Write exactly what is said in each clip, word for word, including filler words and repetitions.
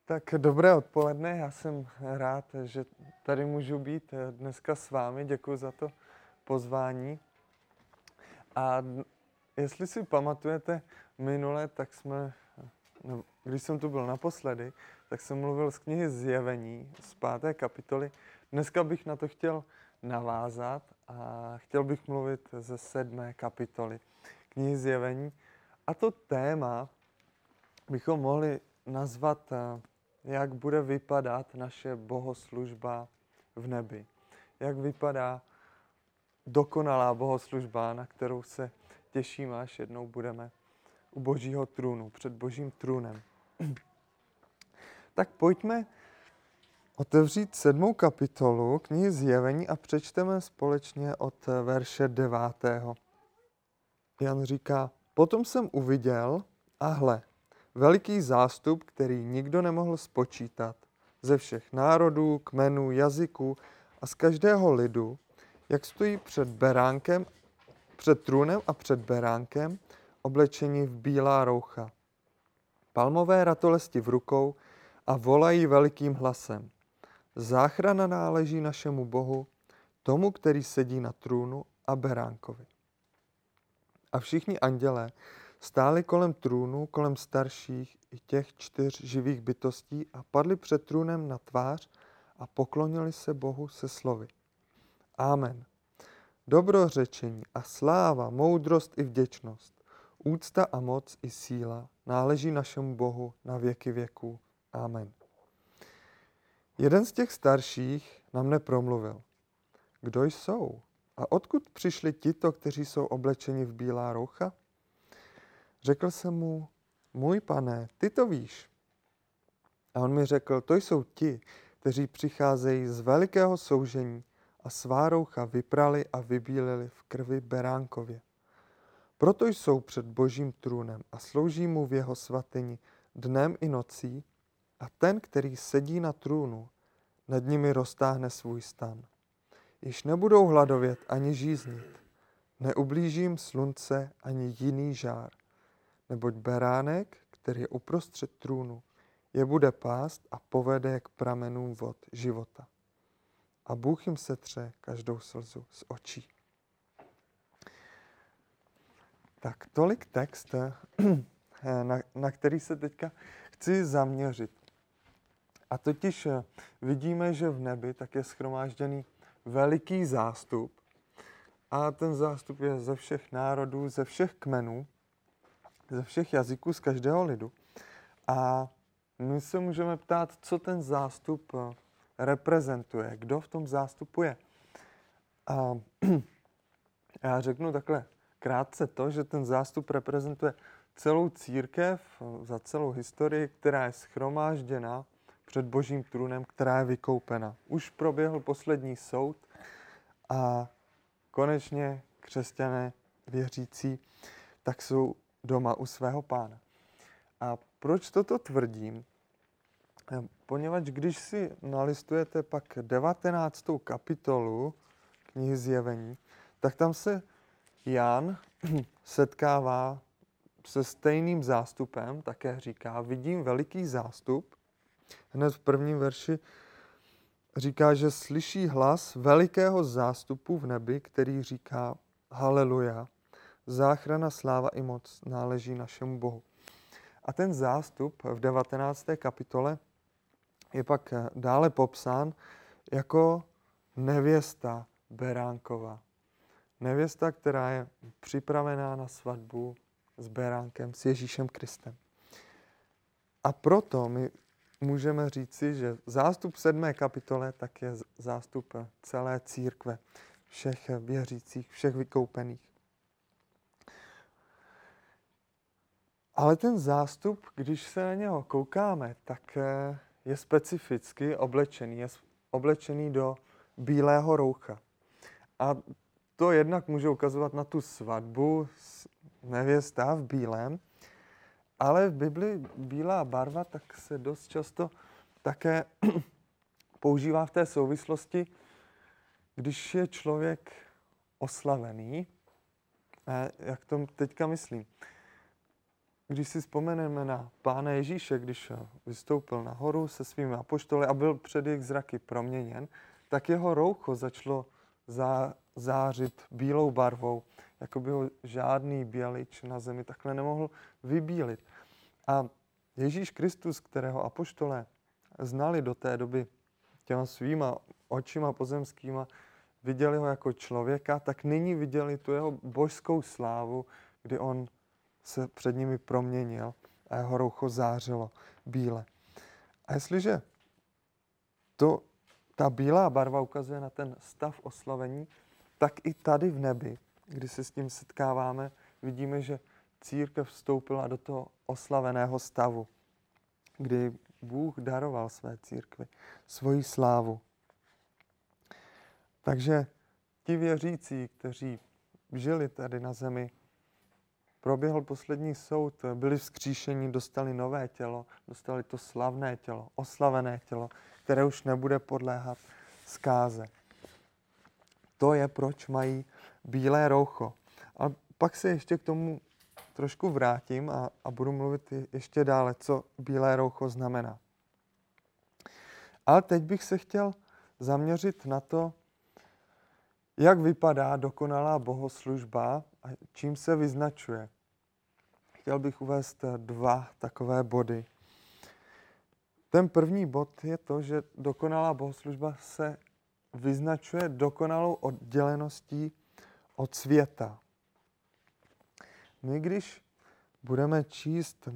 Tak dobré odpoledne, já jsem rád, že tady můžu být dneska s vámi, děkuji za to pozvání. A jestli si pamatujete minule, tak jsme, no, když jsem tu byl naposledy, tak jsem mluvil z knihy Zjevení, z páté kapitoly. Dneska bych na to chtěl navázat a chtěl bych mluvit ze sedmé kapitoly knihy Zjevení. A to téma bychom mohli nazvat, jak bude vypadat naše bohoslužba v nebi. Jak vypadá dokonalá bohoslužba, na kterou se těšíme, až jednou budeme u Božího trůnu, před Božím trůnem. Tak pojďme otevřít sedmou kapitolu knihy Zjevení a přečteme společně od verše devátého. Jan říká, potom jsem uviděl a hle, veliký zástup, který nikdo nemohl spočítat, ze všech národů, kmenů, jazyků a z každého lidu, jak stojí před beránkem, před trůnem a před beránkem, oblečení v bílá roucha. Palmové ratolesti v rukou a volají velikým hlasem. Záchrana náleží našemu Bohu, tomu, který sedí na trůnu a beránkovi. A všichni andělé stáli kolem trůnu, kolem starších i těch čtyř živých bytostí a padli před trůnem na tvář a poklonili se Bohu se slovy. Amen. Dobrořečení a sláva, moudrost i vděčnost, úcta a moc i síla náleží našemu Bohu na věky věků. Amen. Jeden z těch starších na mne promluvil. Kdo jsou? A odkud přišli tito, kteří jsou oblečeni v bílá roucha? Řekl jsem mu, můj pane, ty to víš. A on mi řekl, to jsou ti, kteří přicházejí z velikého soužení a svá roucha vyprali a vybílili v krvi beránkově. Proto jsou před Božím trůnem a slouží mu v jeho svatyni dnem i nocí a ten, který sedí na trůnu, nad nimi roztáhne svůj stan. Již nebudou hladovět ani žíznit, neublížím slunce ani jiný žár, neboť beránek, který je uprostřed trůnu, je bude pást a povede je k pramenům vod života. A Bůh jim setře každou slzu z očí. Tak tolik text, na, na který se teďka chci zaměřit. A totiž vidíme, že v nebi tak je shromážděný veliký zástup a ten zástup je ze všech národů, ze všech kmenů, ze všech jazyků, z každého lidu. A my se můžeme ptát, co ten zástup reprezentuje, kdo v tom zástupu je. A já řeknu takhle krátce to, že ten zástup reprezentuje celou církev za celou historii, která je shromážděna před Božím trůnem, která je vykoupena. Už proběhl poslední soud a konečně křesťané věřící tak jsou doma u svého Pána. A proč toto tvrdím? Poněvadž když si nalistujete pak devatenáctou kapitolu knihy Zjevení, tak tam se Jan setkává se stejným zástupem, také říká, vidím veliký zástup. Hned v prvním verši říká, že slyší hlas velikého zástupu v nebi, který říká haleluja, záchrana, sláva i moc náleží našemu Bohu. A ten zástup v devatenácté kapitole je pak dále popsán jako nevěsta beránkova. Nevěsta, která je připravená na svatbu s beránkem, s Ježíšem Kristem. A proto my můžeme říci, že zástup v sedmé kapitole tak je zástup celé církve, všech věřících, všech vykoupených. Ale ten zástup, když se na něho koukáme, tak je specificky oblečený. Je oblečený do bílého roucha. A to jednak může ukazovat na tu svatbu nevěsta v bílém, ale v Bibli bílá barva tak se dost často také používá v té souvislosti, když je člověk oslavený. A jak to teďka myslím? když si vzpomeneme na Pána Ježíše, když vystoupil nahoru se svými apoštoly a byl před jejich zraky proměněn, tak jeho roucho začalo zá, zářit bílou barvou, jako by ho žádný bělič na zemi takhle nemohl vybílit. A Ježíš Kristus, kterého apoštolé znali do té doby těma svýma očima pozemskýma, viděli ho jako člověka, tak nyní viděli tu jeho božskou slávu, kdy on se před nimi proměnil a jeho roucho zářilo bíle. A jestliže to, ta bílá barva ukazuje na ten stav oslavení, tak i tady v nebi, kdy se s tím setkáváme, vidíme, že církev vstoupila do toho oslaveného stavu, kdy Bůh daroval své církvi svoji slávu. Takže ti věřící, kteří žili tady na zemi, proběhl poslední soud, byli vzkříšeni, dostali nové tělo, dostali to slavné tělo, oslavené tělo, které už nebude podléhat zkáze. To je, proč mají bílé roucho. A pak se ještě k tomu trošku vrátím a, a budu mluvit ještě dále, co bílé roucho znamená. Ale teď bych se chtěl zaměřit na to, jak vypadá dokonalá bohoslužba a čím se vyznačuje. Chtěl bych uvést dva takové body. Ten první bod je to, že dokonalá bohoslužba se vyznačuje dokonalou odděleností od světa. My, když budeme číst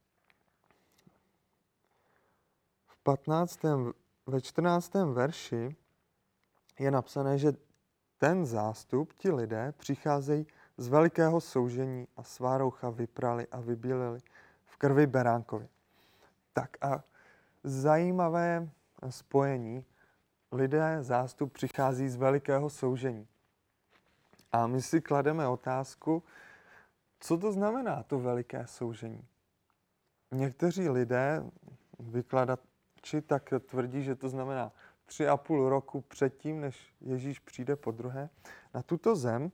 v patnáctém ve čtrnáctém verši, je napsané, že ten zástup, ti lidé, přicházejí z velikého soužení a svá roucha vyprali a vybílili v krvi beránkovi. Tak a zajímavé spojení. Lidé, zástup přichází z velikého soužení. A my si klademe otázku, co to znamená to veliké soužení. Někteří lidé, vykladači, tak tvrdí, že to znamená tři a půl roku předtím, než Ježíš přijde podruhé na tuto zem.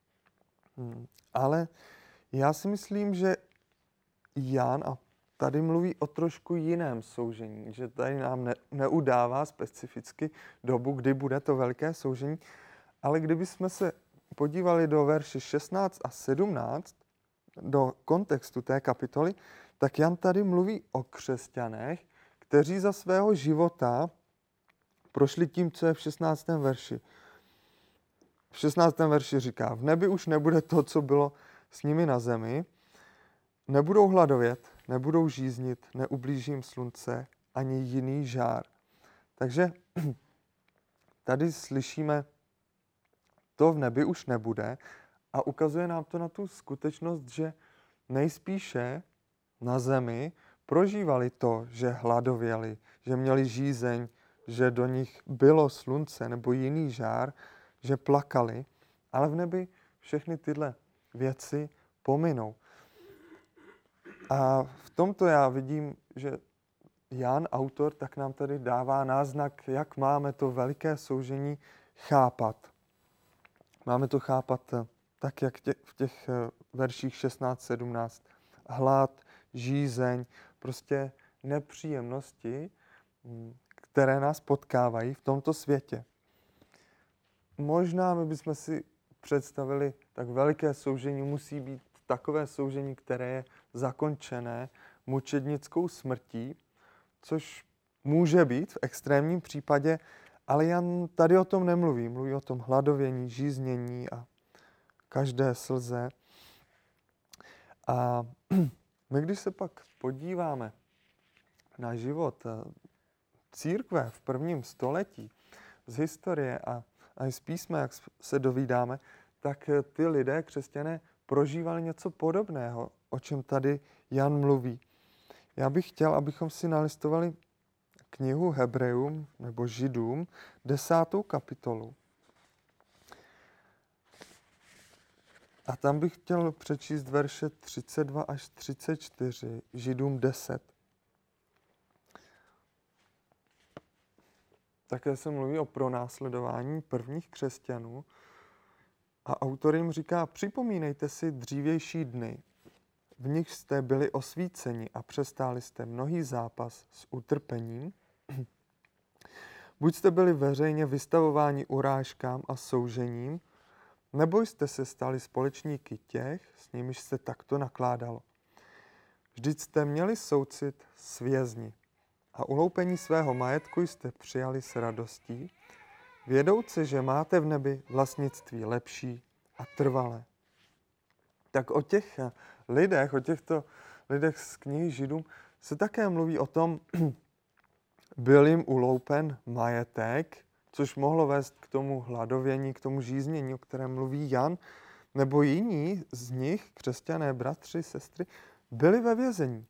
Ale já si myslím, že Jan a tady mluví o trošku jiném soužení, že tady nám ne, neudává specificky dobu, kdy bude to velké soužení, ale kdybychom se podívali do verše šestnáct a sedmnáct, do kontextu té kapitoly, tak Jan tady mluví o křesťanech, kteří za svého života prošli tím, co je v šestnáctém verši. V šestnáctém verši říká, v nebi už nebude to, co bylo s nimi na zemi, nebudou hladovět, nebudou žíznit, neublížím slunce, ani jiný žár. Takže tady slyšíme, to v nebi už nebude a ukazuje nám to na tu skutečnost, že nejspíše na zemi prožívali to, že hladověli, že měli žízeň, že do nich bylo slunce nebo jiný žár, že plakali, ale v nebi všechny tyhle věci pominou. A v tomto já vidím, že Jan, autor, tak nám tady dává náznak, jak máme to veliké soužení chápat. Máme to chápat tak, jak tě, v těch verších šestnáct sedmnáct. Hlad, žízeň, prostě nepříjemnosti, které nás potkávají v tomto světě. Možná my bychom si představili, tak veliké soužení musí být takové soužení, které je zakončené mučednickou smrtí, což může být v extrémním případě, ale Jan tady o tom nemluví. Mluví o tom hladovění, žíznění a každé slze. A my, když se pak podíváme na život církve v prvním století, z historie a, a z písma, jak se dovídáme, tak ty lidé, křesťané, prožívali něco podobného, o čem tady Jan mluví. Já bych chtěl, abychom si nalistovali knihu Hebrejům nebo Židům, desátou kapitolu. A tam bych chtěl přečíst verše třicet dva až třicet čtyři, Židům deset. Také se mluví o pronásledování prvních křesťanů a autor jim říká, připomínejte si dřívější dny. v nich jste byli osvíceni a přestáli jste mnohý zápas s utrpením, buď jste byli veřejně vystavováni urážkám a soužením, nebo jste se stali společníky těch, s nimiž se takto nakládalo. Vždyť jste měli soucit s vězni a uloupení svého majetku jste přijali s radostí, vědouce, že máte v nebi vlastnictví lepší a trvalé. Tak o těch lidech, o těchto lidech z knihy Židům se také mluví o tom, byl jim uloupen majetek, což mohlo vést k tomu hladovění, k tomu žíznění, o kterém mluví Jan, nebo jiní z nich, křesťané, bratři, sestry, byli ve vězení,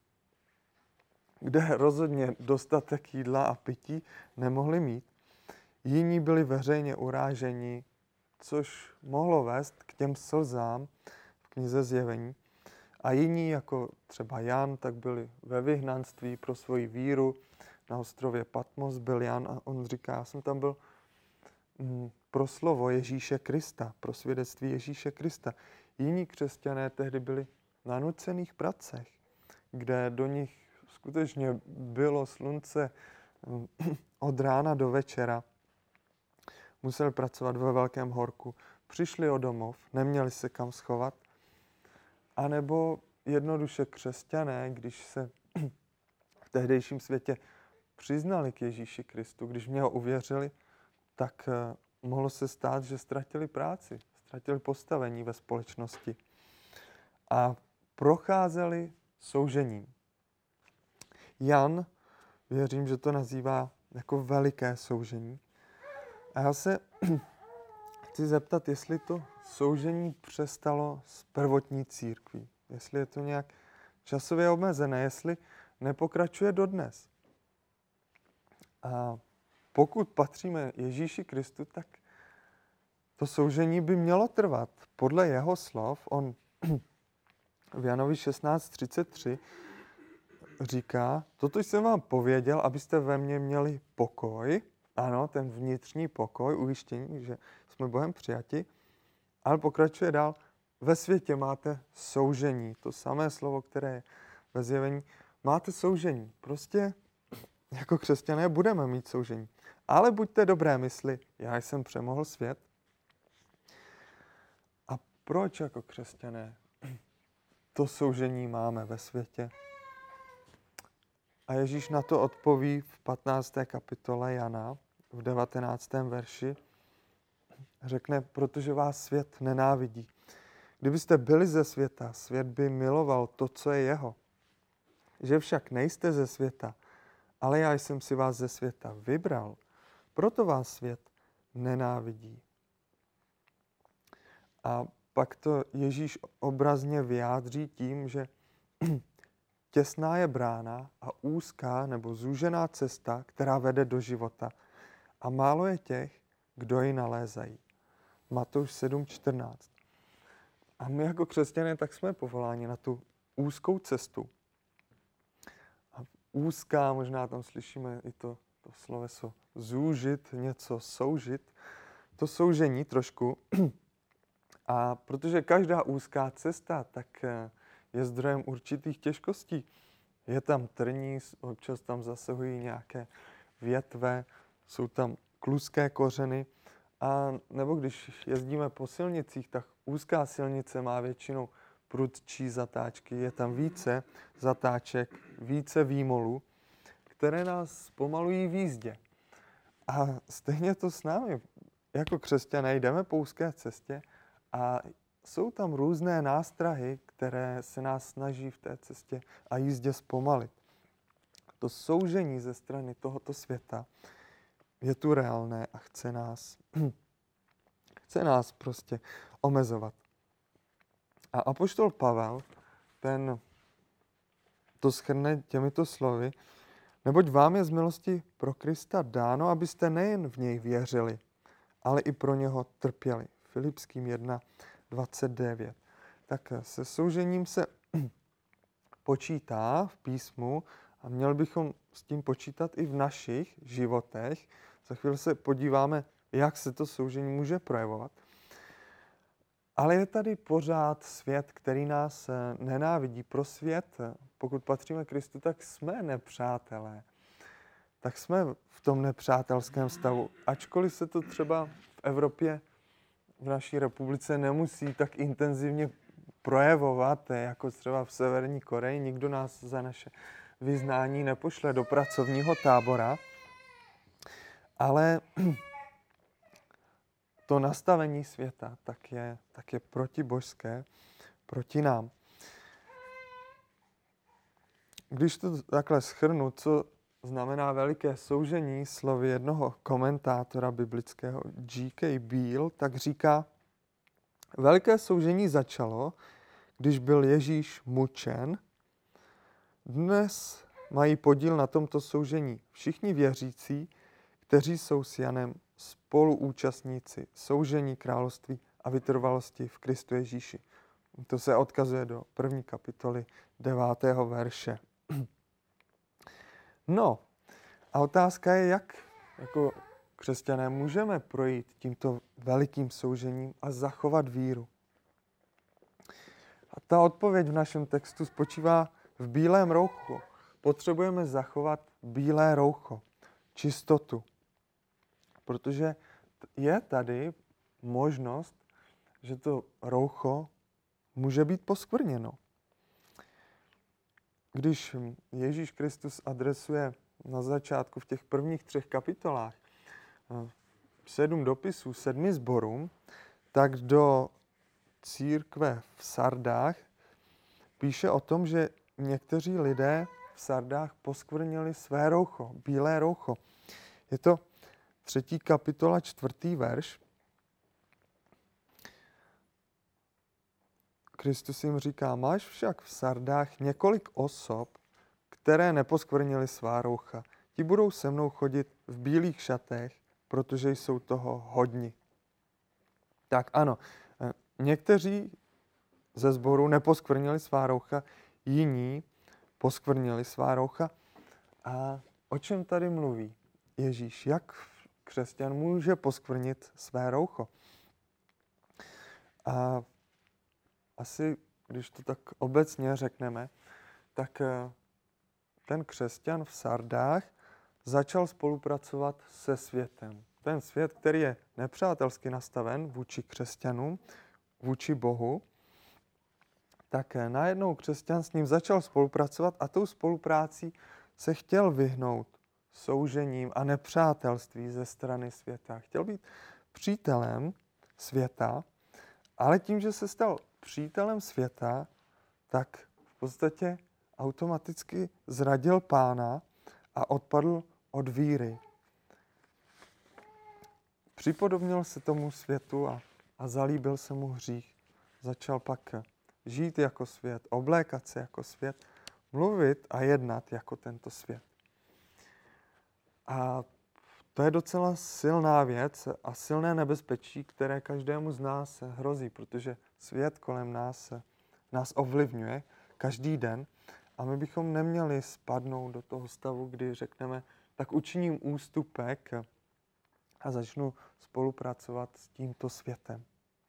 kde rozhodně dostatek jídla a pití nemohli mít. Jiní byli veřejně uráženi, což mohlo vést k těm slzám v knize Zjevení. A jiní, jako třeba Jan, tak byli ve vyhnanství pro svoji víru. Na ostrově Patmos byl Jan a on říká, já jsem tam byl mm, pro slovo Ježíše Krista, pro svědectví Ježíše Krista. Jiní křesťané tehdy byli na nucených pracech, kde do nich skutečně bylo slunce mm, od rána do večera. Museli pracovat ve velkém horku. Přišli o domov, neměli se kam schovat. A nebo jednoduše křesťané, když se v tehdejším světě přiznali k Ježíši Kristu, když v něho uvěřili, tak mohlo se stát, že ztratili práci, ztratili postavení ve společnosti a procházeli soužením. Jan, věřím, že to nazývá jako veliké soužení. A já se chci zeptat, jestli to soužení přestalo s prvotní církví, jestli je to nějak časově omezené, jestli nepokračuje dodnes. A pokud patříme Ježíši Kristu, tak to soužení by mělo trvat. Podle jeho slov, on v Janovi šestnáct třicet tři říká, toto jsem vám pověděl, abyste ve mně měli pokoj, ano, ten vnitřní pokoj, ujištění, že jsme Bohem přijati, ale pokračuje dál, ve světě máte soužení, to samé slovo, které je ve Zjevení, máte soužení, prostě jako křesťané budeme mít soužení. Ale buďte dobré mysli, já jsem přemohl svět. A proč jako křesťané to soužení máme ve světě? A Ježíš na to odpoví v patnácté kapitole Jana, v devatenáctém verši. Řekne, protože vás svět nenávidí. Kdybyste byli ze světa, svět by miloval to, co je jeho. Že však nejste ze světa, ale já jsem si vás ze světa vybral, proto vás svět nenávidí. A pak to Ježíš obrazně vyjádří tím, že těsná je brána a úzká nebo zúžená cesta, která vede do života. A málo je těch, kdo ji nalézají. Matouš sedm čtrnáct. A my jako křesťané tak jsme povoláni na tu úzkou cestu. A úzká, možná tam slyšíme i to, to sloveso zúžit, něco soužit. To soužení trošku. A protože každá úzká cesta, tak je zdrojem určitých těžkostí. Je tam trní, občas tam zasahují nějaké větve, jsou tam kluské kořeny. A nebo když jezdíme po silnicích, tak úzká silnice má většinou prudčí zatáčky. Je tam více zatáček, více výmolů, které nás zpomalují v jízdě. A stejně to s námi. Jako křesťané jdeme po úzké cestě a jsou tam různé nástrahy, které se nás snaží v té cestě a jízdě zpomalit. To soužení ze strany tohoto světa je tu reálné a chce nás, chce nás prostě omezovat. A apoštol Pavel, ten to shrne těmito slovy, neboť vám je z milosti pro Krista dáno, abyste nejen v něj věřili, ale i pro něho trpěli. Filipským jedna dvacet devět. Tak se soužením se počítá v písmu a měli bychom s tím počítat i v našich životech. Za chvíli se podíváme, jak se to soužení může projevovat. Ale je tady pořád svět, který nás nenávidí. Pro svět, pokud patříme Kristu, tak jsme nepřátelé. Tak jsme v tom nepřátelském stavu. Ačkoliv se to třeba v Evropě, v naší republice nemusí tak intenzivně projevovat, jako třeba v Severní Koreji. Nikdo nás za naše vyznání nepošle do pracovního tábora. Ale to nastavení světa tak je, tak je protibožské, proti nám. Když to takhle shrnu, co znamená veliké soužení, slovy jednoho komentátora biblického G K Beale, tak říká, veliké soužení začalo, když byl Ježíš mučen. Dnes mají podíl na tomto soužení všichni věřící, kteří jsou s Janem spoluúčastníci soužení království a vytrvalosti v Kristu Ježíši. To se odkazuje do první kapitoly devátého verše. No, a otázka je, jak jako křesťané můžeme projít tímto velikým soužením a zachovat víru. A ta odpověď v našem textu spočívá v bílém rouchu. Potřebujeme zachovat bílé roucho, čistotu. Protože je tady možnost, že to roucho může být poskvrněno. Když Ježíš Kristus adresuje na začátku v těch prvních třech kapitolách sedm dopisů sedmi sborům, tak do církve v Sardách píše o tom, že někteří lidé v Sardách poskvrnili své roucho, bílé roucho. Je to třetí kapitola, čtvrtý verš. Kristus jim říká, máš však v Sardách několik osob, které neposkvrnili svá roucha. Ti budou se mnou chodit v bílých šatech, protože jsou toho hodni. Tak ano, někteří ze sboru neposkvrnili svá roucha, jiní poskvrnili svá roucha. A o čem tady mluví Ježíš? Jak křesťan může poskvrnit své roucho? A asi, když to tak obecně řekneme, tak ten křesťan v Sardách začal spolupracovat se světem. Ten svět, který je nepřátelsky nastaven vůči křesťanům, vůči Bohu, tak najednou křesťan s ním začal spolupracovat a tou spoluprácí se chtěl vyhnout soužením a nepřátelství ze strany světa. Chtěl být přítelem světa, ale tím, že se stal přítelem světa, tak v podstatě automaticky zradil Pána a odpadl od víry. Připodobnil se tomu světu a, a zalíbil se mu hřích. Začal pak žít jako svět, oblékat se jako svět, mluvit a jednat jako tento svět. A to je docela silná věc a silné nebezpečí, které každému z nás hrozí, protože svět kolem nás nás ovlivňuje každý den a my bychom neměli spadnout do toho stavu, kdy řekneme, tak učiním ústupek a začnu spolupracovat s tímto světem.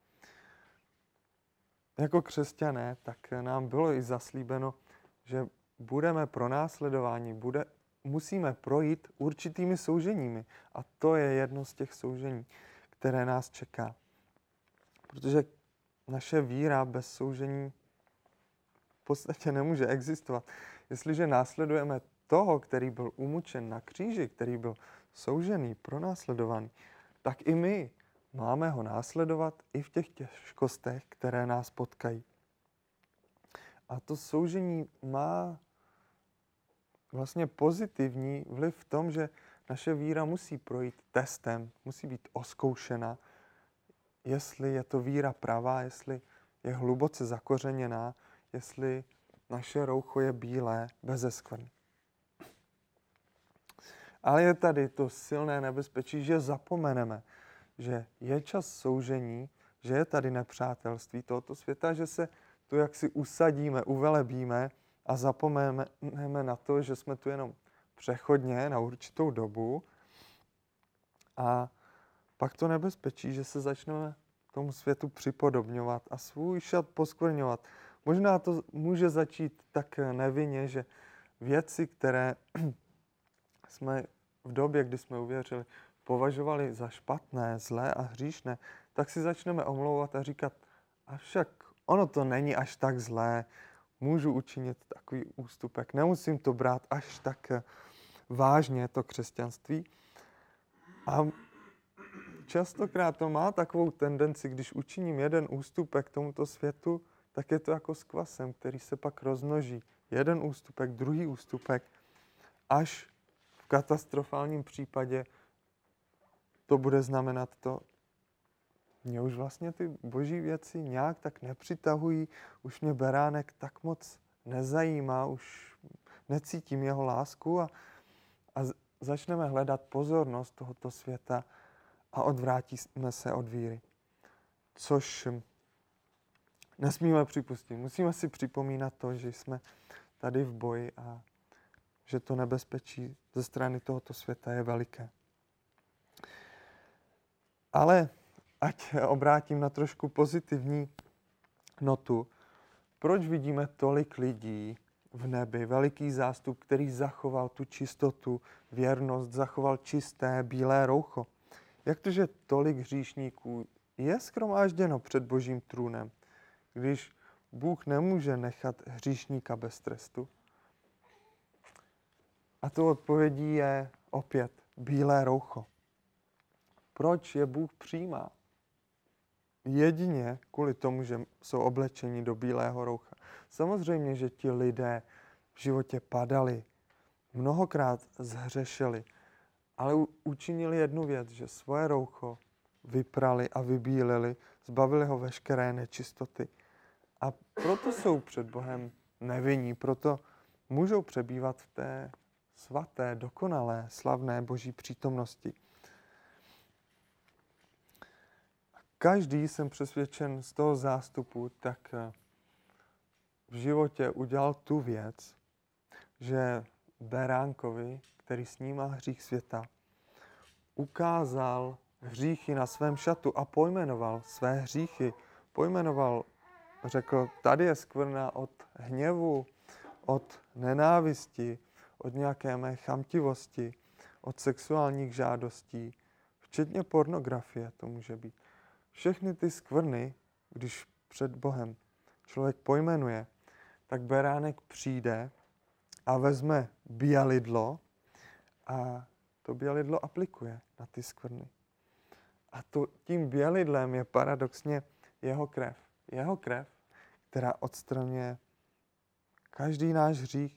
Jako křesťané, tak nám bylo i zaslíbeno, že budeme pronásledováni, bude, musíme projít určitými souženími. A to je jedno z těch soužení, které nás čeká. Protože naše víra bez soužení v podstatě nemůže existovat. Jestliže následujeme toho, který byl umučen na kříži, který byl soužený, pronásledovaný, tak i my máme ho následovat i v těch těžkostech, které nás potkají. A to soužení má vlastně pozitivní vliv v tom, že naše víra musí projít testem, musí být oskoušena, jestli je to víra pravá, jestli je hluboce zakořeněná, jestli naše roucho je bílé, beze skvrny. Ale je tady to silné nebezpečí, že zapomeneme, že je čas soužení, že je tady nepřátelství tohoto světa, že se tu jaksi usadíme, uvelebíme a zapomeneme na to, že jsme tu jenom přechodně na určitou dobu a pak to nebezpečí, že se začneme tomu světu připodobňovat a svůj šat poskvrňovat. Možná to může začít tak nevinně, že věci, které jsme v době, kdy jsme uvěřili, považovali za špatné, zlé a hříšné, tak si začneme omlouvat a říkat, avšak ono to není až tak zlé, můžu učinit takový ústupek, nemusím to brát až tak vážně, to křesťanství. A častokrát to má takovou tendenci, když učiním jeden ústupek tomuto světu, tak je to jako s kvasem, který se pak rozmnoží. Jeden ústupek, druhý ústupek, až v katastrofálním případě to bude znamenat to, mě už vlastně ty boží věci nějak tak nepřitahují, už mě beránek tak moc nezajímá, už necítím jeho lásku a, a začneme hledat pozornost tohoto světa a odvrátíme se od víry. Což nesmíme připustit. Musíme si připomínat to, že jsme tady v boji a že to nebezpečí ze strany tohoto světa je veliké. Ale ať obrátím na trošku pozitivní notu, proč vidíme tolik lidí v nebi, veliký zástup, který zachoval tu čistotu, věrnost, zachoval čisté, bílé roucho? Jak to, že tolik hříšníků je shromážděno před Božím trůnem, když Bůh nemůže nechat hříšníka bez trestu? A tou odpovědí je opět bílé roucho. Proč je Bůh přijímá? Jedině kvůli tomu, že jsou oblečeni do bílého roucha. Samozřejmě, že ti lidé v životě padali, mnohokrát zhřešili, ale učinili jednu věc, že svoje roucho vyprali a vybílili, zbavili ho veškeré nečistoty. A proto jsou před Bohem nevinní, proto můžou přebývat v té svaté, dokonalé, slavné Boží přítomnosti. Každý, jsem přesvědčen, z toho zástupu, tak v životě udělal tu věc, že beránkovi, který snímá hřích světa, ukázal hříchy na svém šatu a pojmenoval své hříchy. Pojmenoval, řekl, tady je skvrna od hněvu, od nenávisti, od nějaké mé chamtivosti, od sexuálních žádostí, včetně pornografie to může být. Všechny ty skvrny, když před Bohem člověk pojmenuje, tak beránek přijde a vezme bělidlo a to bělidlo aplikuje na ty skvrny. A to, tím bělidlem je paradoxně jeho krev. Jeho krev, která odstraňuje každý náš hřích.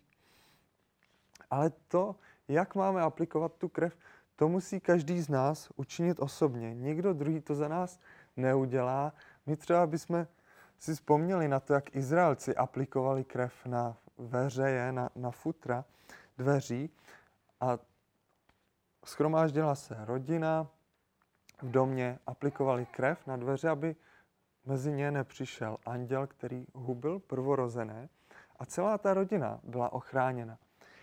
Ale to, jak máme aplikovat tu krev, to musí každý z nás učinit osobně. Nikdo druhý to za nás neudělá. My třeba bychom si vzpomněli na to, jak Izraelci aplikovali krev na veřeje, na, na futra dveří a shromáždila se rodina v domě, aplikovali krev na dveře, aby mezi ně nepřišel anděl, který hubil prvorozené a celá ta rodina byla ochráněna.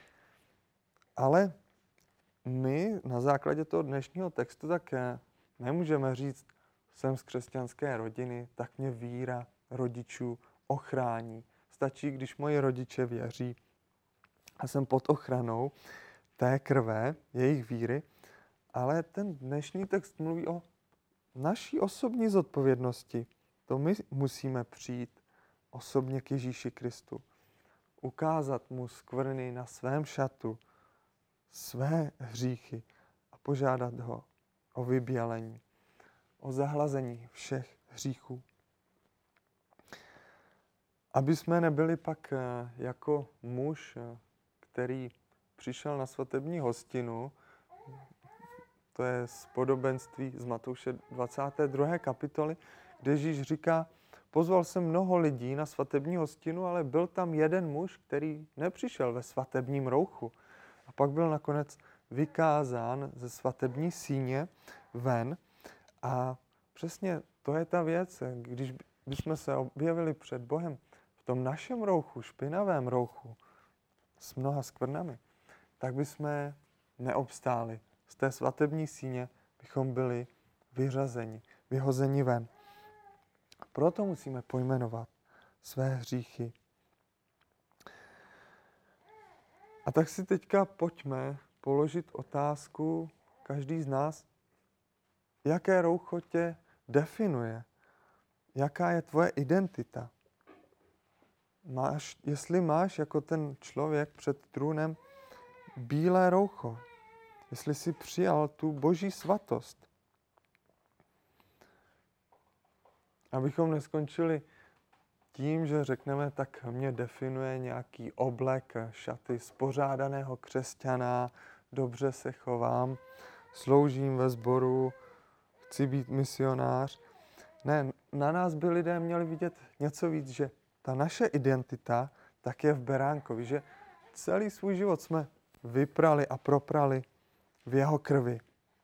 Ale my na základě toho dnešního textu tak nemůžeme říct, jsem z křesťanské rodiny, tak mě víra rodičů ochrání. Stačí, když moji rodiče věří a jsem pod ochranou té krve, jejich víry, ale ten dnešní text mluví o naší osobní zodpovědnosti. To my musíme přijít osobně k Ježíši Kristu. Ukázat mu skvrny na svém šatu, své hříchy a požádat ho o vybělení, o zahlazení všech hříchů. Aby jsme nebyli pak jako muž, který přišel na svatební hostinu, to je z podobenství z Matouše dvacáté druhé kapitoly, kde Ježíš říká, pozval jsem mnoho lidí na svatební hostinu, ale byl tam jeden muž, který nepřišel ve svatebním rouchu. A pak byl nakonec vykázán ze svatební síně ven. A přesně to je ta věc, když bychom se objevili před Bohem v tom našem rouchu, špinavém rouchu, s mnoha skvrnami, tak bychom neobstáli. Z té svatební síně bychom byli vyřazeni, vyhozeni ven. Proto musíme pojmenovat své hříchy. A tak si teďka pojďme položit otázku, každý z nás, jaké roucho tě definuje, jaká je tvoje identita. Máš, jestli máš jako ten člověk před trůnem bílé roucho, jestli jsi přijal tu boží svatost. Abychom neskončili tím, že řekneme, tak mě definuje nějaký oblek, šaty spořádaného křesťana, dobře se chovám, sloužím ve sboru, chci být misionář. Ne, na nás by lidé měli vidět něco víc, že ta naše identita tak je v beránkovi, že celý svůj život jsme vyprali a proprali v jeho krvi.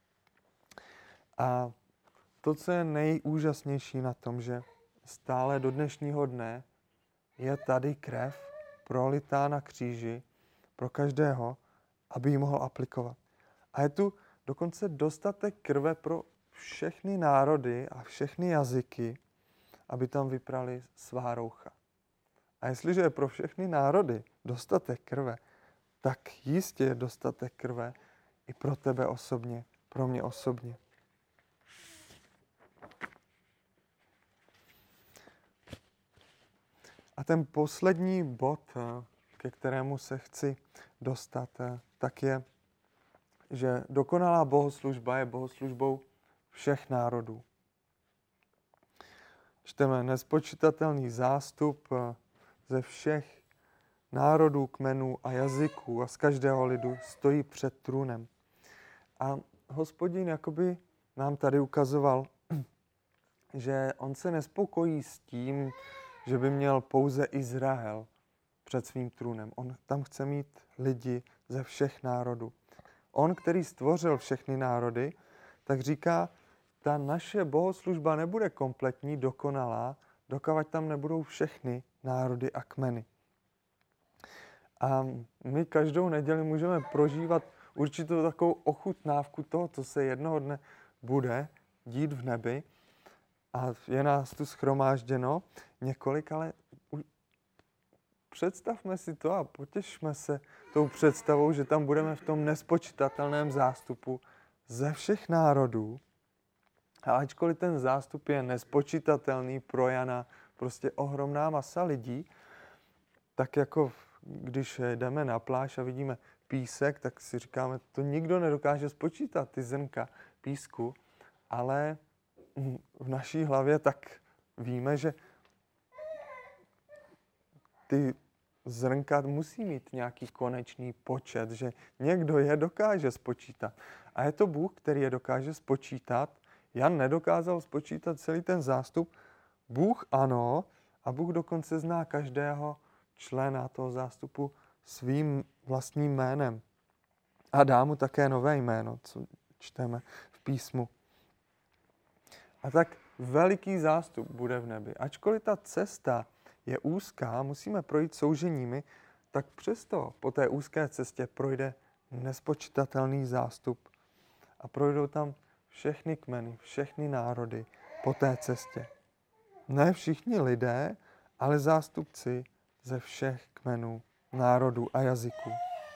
A to, co je nejúžasnější na tom, že stále do dnešního dne je tady krev prolitá na kříži pro každého, aby ji mohl aplikovat. A je tu dokonce dostatek krve pro všechny národy a všechny jazyky, aby tam vyprali svá roucha. A jestliže je pro všechny národy dostatek krve, tak jistě je dostatek krve i pro tebe osobně, pro mě osobně. A ten poslední bod, ke kterému se chci dostat, tak je, že dokonalá bohoslužba je bohoslužbou všech národů. Čteme, nespočítatelný zástup ze všech národů, kmenů a jazyků a z každého lidu stojí před trůnem. A Hospodin jakoby nám tady ukazoval, že on se nespokojí s tím, že by měl pouze Izrael před svým trůnem. On tam chce mít lidi ze všech národů. On, který stvořil všechny národy, tak říká, ta naše bohoslužba nebude kompletní, dokonalá, dokud tam nebudou všechny národy a kmeny. A my každou neděli můžeme prožívat určitou takovou ochutnávku toho, co se jednoho dne bude dít v nebi. A je nás tu shromážděno několik, ale představme si to a potěšme se tou představou, že tam budeme v tom nespočítatelném zástupu ze všech národů. A ačkoliv ten zástup je nespočítatelný pro Jana, prostě ohromná masa lidí, tak jako když jdeme na pláž a vidíme písek, tak si říkáme, to nikdo nedokáže spočítat, ty zrnka písku, ale v naší hlavě tak víme, že ty zrnka musí mít nějaký konečný počet, že někdo je dokáže spočítat. A je to Bůh, který je dokáže spočítat. Jan nedokázal spočítat celý ten zástup. Bůh ano, a Bůh dokonce zná každého člena toho zástupu svým vlastním jménem. A dá mu také nové jméno, co čteme v písmu. A tak veliký zástup bude v nebi. Ačkoliv ta cesta je úzká, musíme projít souženími, tak přesto po té úzké cestě projde nespočítatelný zástup. A projdou tam všechny kmeny, všechny národy po té cestě. Ne všichni lidé, ale zástupci ze všech kmenů, národů a jazyků.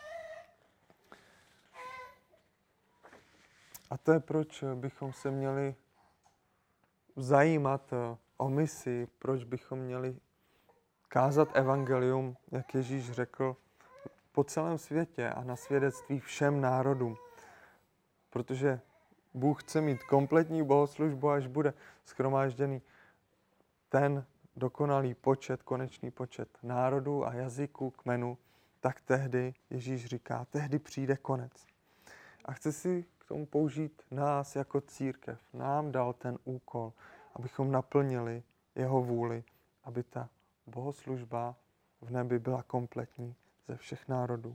A to je, proč bychom se měli zajímat o misi, proč bychom měli kázat evangelium, jak Ježíš řekl, po celém světě a na svědectví všem národům. Protože Bůh chce mít kompletní bohoslužbu, až bude shromážděný ten dokonalý počet, konečný počet národů a jazyků, kmenů, tak tehdy, Ježíš říká, tehdy přijde konec. A chce si k tomu použít nás jako církev. Nám dal ten úkol, abychom naplnili jeho vůli, aby ta bohoslužba v nebi byla kompletní ze všech národů.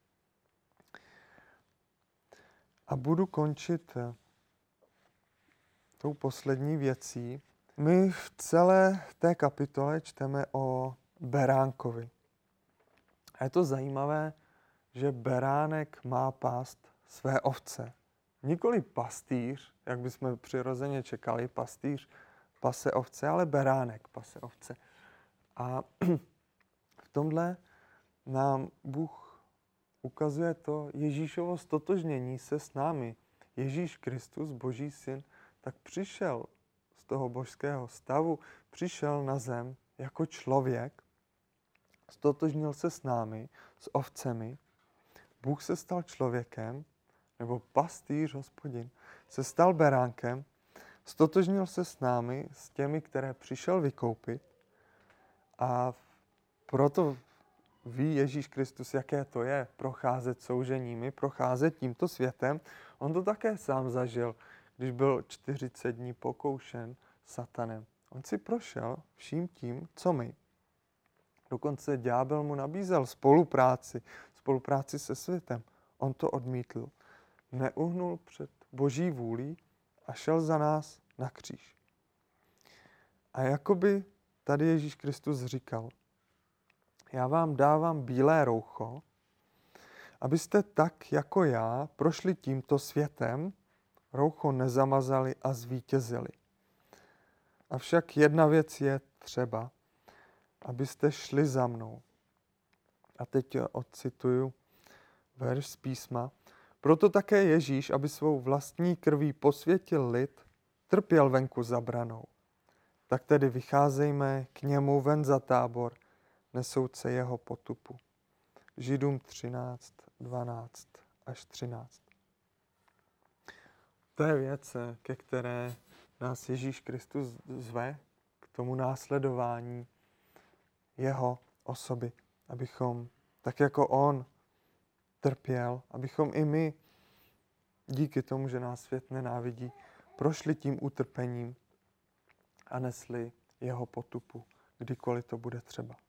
A budu končit tou poslední věcí. My v celé té kapitole čteme o beránkovi. A je to zajímavé, že beránek má pást své ovce. Nikoli pastýř, jak bychom přirozeně čekali, pastýř pase ovce, ale beránek pase ovce. A v tomhle nám Bůh ukazuje to Ježíšovo stotožnění se s námi. Ježíš Kristus, Boží syn, tak přišel z toho božského stavu, přišel na zem jako člověk, stotožnil se s námi, s ovcemi. Bůh se stal člověkem, nebo pastýř, Hospodin, se stal beránkem, stotožnil se s námi, s těmi, které přišel vykoupit. A proto ví Ježíš Kristus, jaké to je procházet souženími, procházet tímto světem. On to také sám zažil, když byl čtyřicet dní pokoušen satanem. On si prošel vším tím, co my. Dokonce ďábel mu nabízel spolupráci, spolupráci se světem. On to odmítl. Neuhnul před Boží vůlí a šel za nás na kříž. A jakoby tady Ježíš Kristus říkal, já vám dávám bílé roucho, abyste tak jako já prošli tímto světem, roucho nezamazali a zvítězili. Avšak jedna věc je třeba, abyste šli za mnou. A teď odcituju verš z písma. Proto také Ježíš, aby svou vlastní krví posvětil lid, trpěl venku za branou. Tak tedy vycházejme k němu ven za tábor, nesouce jeho potupu. Židům třináct, dvanáct až třináct. To je věc, ke které nás Ježíš Kristus zve, k tomu následování jeho osoby, abychom, tak jako on trpěl, abychom i my, díky tomu, že nás svět nenávidí, prošli tím utrpením a nesli jeho potupu, kdykoliv to bude třeba.